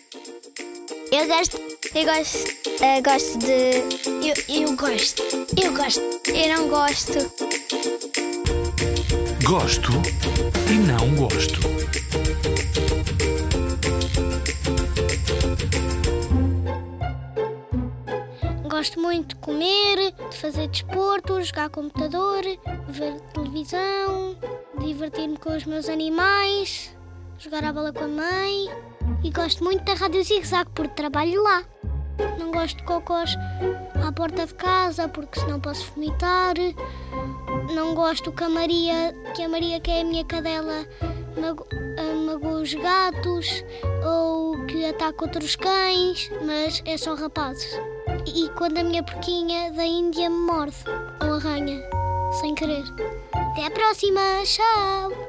Eu gosto de. Eu gosto. Eu não gosto. Gosto e não gosto. Gosto muito de comer, de fazer desporto, jogar computador, ver televisão, divertir-me com os meus animais, jogar a bola com a mãe. E gosto muito da Rádio Zig-Zag porque trabalho lá. Não gosto de cocós à porta de casa porque senão posso vomitar. Não gosto que a Maria, que é a minha cadela, magoa os gatos ou que ataca outros cães, mas é só rapazes. E quando a minha porquinha da Índia me morde ou arranha, sem querer. Até à próxima, tchau!